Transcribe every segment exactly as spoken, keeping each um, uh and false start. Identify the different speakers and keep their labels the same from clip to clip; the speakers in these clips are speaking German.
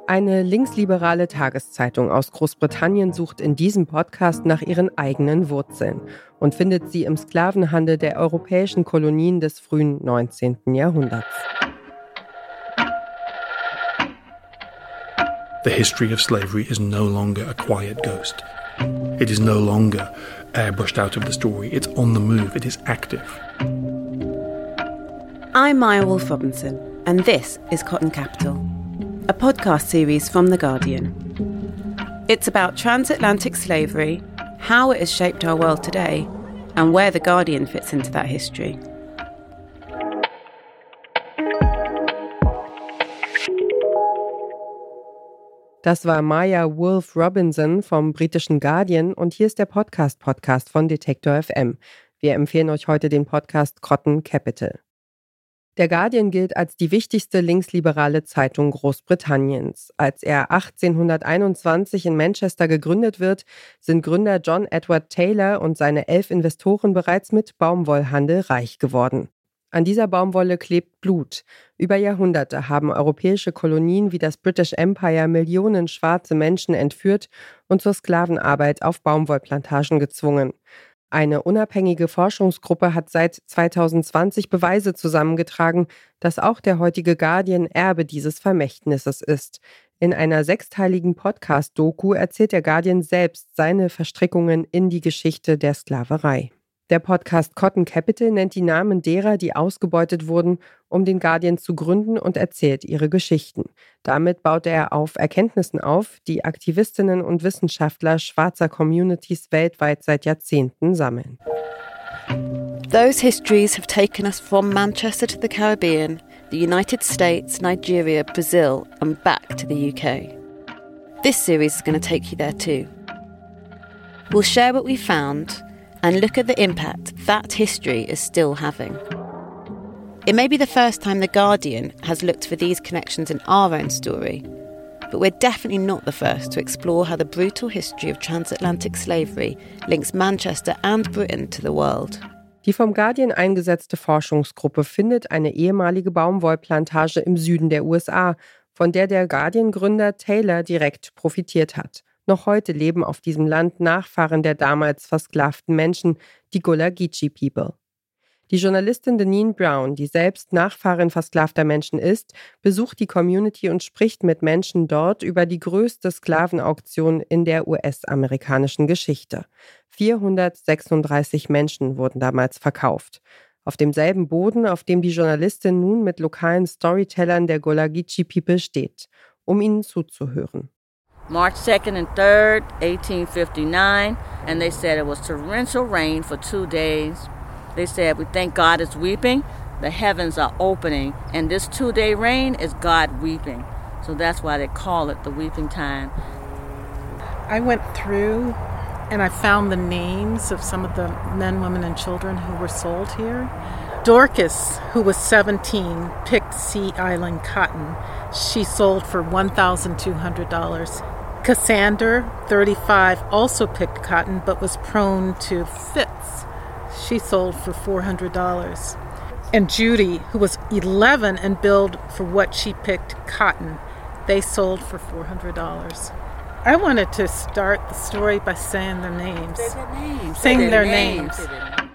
Speaker 1: Eine linksliberale Tageszeitung aus Großbritannien sucht in diesem Podcast nach ihren eigenen Wurzeln und findet sie im Sklavenhandel der europäischen Kolonien des frühen neunzehnten Jahrhunderts.
Speaker 2: The history of slavery is no longer a quiet ghost. It is no longer airbrushed out of the story. It's on the move. It is active.
Speaker 3: I'm Maya Wolfe-Robinson, and this is Cotton Capital, a podcast series from The Guardian. It's about transatlantic slavery, how it has shaped our world today, and where The Guardian fits into that history.
Speaker 1: Das war Maya Wolfe-Robinson vom britischen Guardian und hier ist der Podcast-Podcast von Detektor F M. Wir empfehlen euch heute den Podcast Cotton Capital. Der Guardian gilt als die wichtigste linksliberale Zeitung Großbritanniens. Als er achtzehnhunderteinundzwanzig in Manchester gegründet wird, sind Gründer John Edward Taylor und seine elf Investoren bereits mit Baumwollhandel reich geworden. An dieser Baumwolle klebt Blut. Über Jahrhunderte haben europäische Kolonien wie das British Empire Millionen schwarze Menschen entführt und zur Sklavenarbeit auf Baumwollplantagen gezwungen. Eine unabhängige Forschungsgruppe hat seit zweitausendzwanzig Beweise zusammengetragen, dass auch der heutige Guardian Erbe dieses Vermächtnisses ist. In einer sechsteiligen Podcast-Doku erzählt der Guardian selbst seine Verstrickungen in die Geschichte der Sklaverei. Der Podcast Cotton Capital nennt die Namen derer, die ausgebeutet wurden, um den Guardian zu gründen und erzählt ihre Geschichten. Damit baut er auf Erkenntnissen auf, die Aktivistinnen und Wissenschaftler schwarzer Communities weltweit seit Jahrzehnten sammeln.
Speaker 3: Those histories have taken us from Manchester to the Caribbean, the United States, Nigeria, Brazil and back to the U K. This series is going to take you there too. We'll share what we found and look at the impact that history is still having. It may be the first time The Guardian has looked for these connections in our own story, but we're definitely not the first to explore how the brutal history of transatlantic slavery links Manchester and Britain to the world.
Speaker 1: Die vom Guardian eingesetzte Forschungsgruppe findet eine ehemalige Baumwollplantage im Süden der U S A, von der der Guardian-Gründer Taylor direkt profitiert hat. Noch heute leben auf diesem Land Nachfahren der damals versklavten Menschen, die Gullah Geechee People. Die Journalistin Deneen Brown, die selbst Nachfahrin versklavter Menschen ist, besucht die Community und spricht mit Menschen dort über die größte Sklavenauktion in der U S-amerikanischen Geschichte. vierhundertsechsunddreißig Menschen wurden damals verkauft. Auf demselben Boden, auf dem die Journalistin nun mit lokalen Storytellern der Gullah Geechee People steht, um ihnen zuzuhören.
Speaker 4: March second and third, eighteen fifty-nine, and they said it was torrential rain for two days. They said, we think God is weeping, the heavens are opening, and this two-day rain is God weeping. So that's why they call it the weeping time.
Speaker 5: I went through and I found the names of some of the men, women, and children who were sold here. Dorcas, who was seventeen, picked Sea Island cotton. She sold for one thousand two hundred dollars. Cassander, thirty-five, also picked cotton but was prone to fits. She sold for four hundred dollars. And Judy, who was eleven and billed for what she picked cotton, they sold for four hundred dollars. I wanted to start the story by saying their names.
Speaker 4: Say their names.
Speaker 5: Saying
Speaker 4: Say
Speaker 5: their
Speaker 4: their
Speaker 5: names.
Speaker 4: names.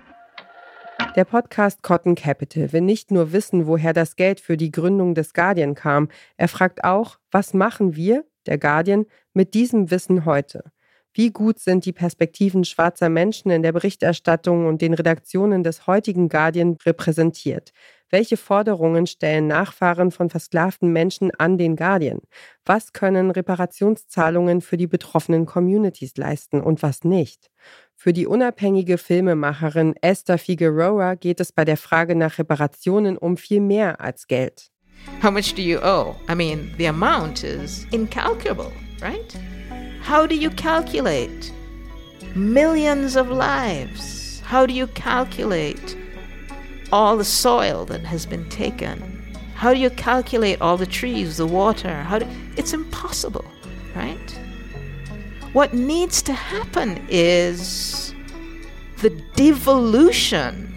Speaker 1: Der Podcast Cotton Capital will nicht nur wissen, woher das Geld für die Gründung des Guardian kam, er fragt auch, was machen wir, der Guardian, mit diesem Wissen heute? Wie gut sind die Perspektiven schwarzer Menschen in der Berichterstattung und den Redaktionen des heutigen Guardian repräsentiert? Welche Forderungen stellen Nachfahren von versklavten Menschen an den Guardian? Was können Reparationszahlungen für die betroffenen Communities leisten und was nicht? Für die unabhängige Filmemacherin Esther Figueroa geht es bei der Frage nach Reparationen um viel mehr als Geld.
Speaker 6: How much do you owe? I mean, the amount is incalculable, right? How do you calculate millions of lives? How do you calculate all the soil that has been taken? How do you calculate all the trees, the water? How do, it's impossible, right? What needs to happen is the devolution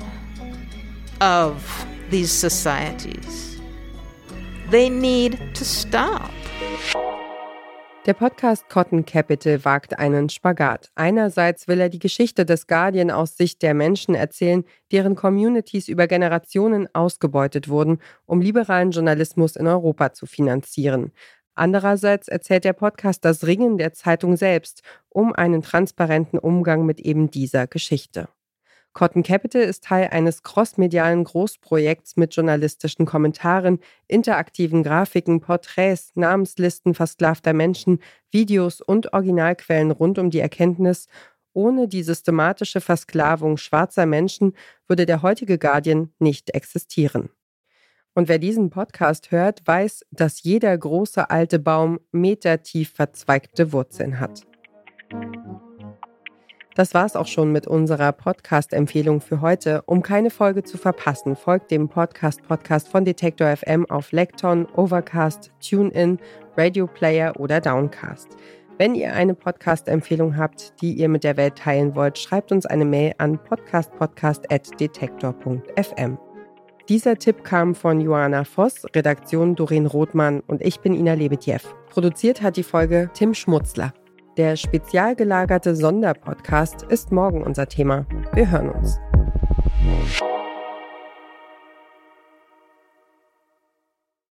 Speaker 6: of these societies. They need to stop.
Speaker 1: Der Podcast Cotton Capital wagt einen Spagat. Einerseits will er die Geschichte des Guardian aus Sicht der Menschen erzählen, deren Communities über Generationen ausgebeutet wurden, um liberalen Journalismus in Europa zu finanzieren. Andererseits erzählt der Podcast das Ringen der Zeitung selbst um einen transparenten Umgang mit eben dieser Geschichte. Cotton Capital ist Teil eines crossmedialen Großprojekts mit journalistischen Kommentaren, interaktiven Grafiken, Porträts, Namenslisten versklavter Menschen, Videos und Originalquellen rund um die Erkenntnis, ohne die systematische Versklavung schwarzer Menschen würde der heutige Guardian nicht existieren. Und wer diesen Podcast hört, weiß, dass jeder große alte Baum metertief verzweigte Wurzeln hat. Das war's auch schon mit unserer Podcast-Empfehlung für heute. Um keine Folge zu verpassen, folgt dem Podcast-Podcast von Detektor F M auf Lekton, Overcast, TuneIn, Radio Player oder Downcast. Wenn ihr eine Podcast-Empfehlung habt, die ihr mit der Welt teilen wollt, schreibt uns eine Mail an podcastpodcast at detektor punkt f m. Dieser Tipp kam von Joanna Voss, Redaktion Doreen Rothmann und ich bin Ina Lebetjew. Produziert hat die Folge Tim Schmutzler. Der spezial gelagerte Sonderpodcast ist morgen unser Thema. Wir hören uns.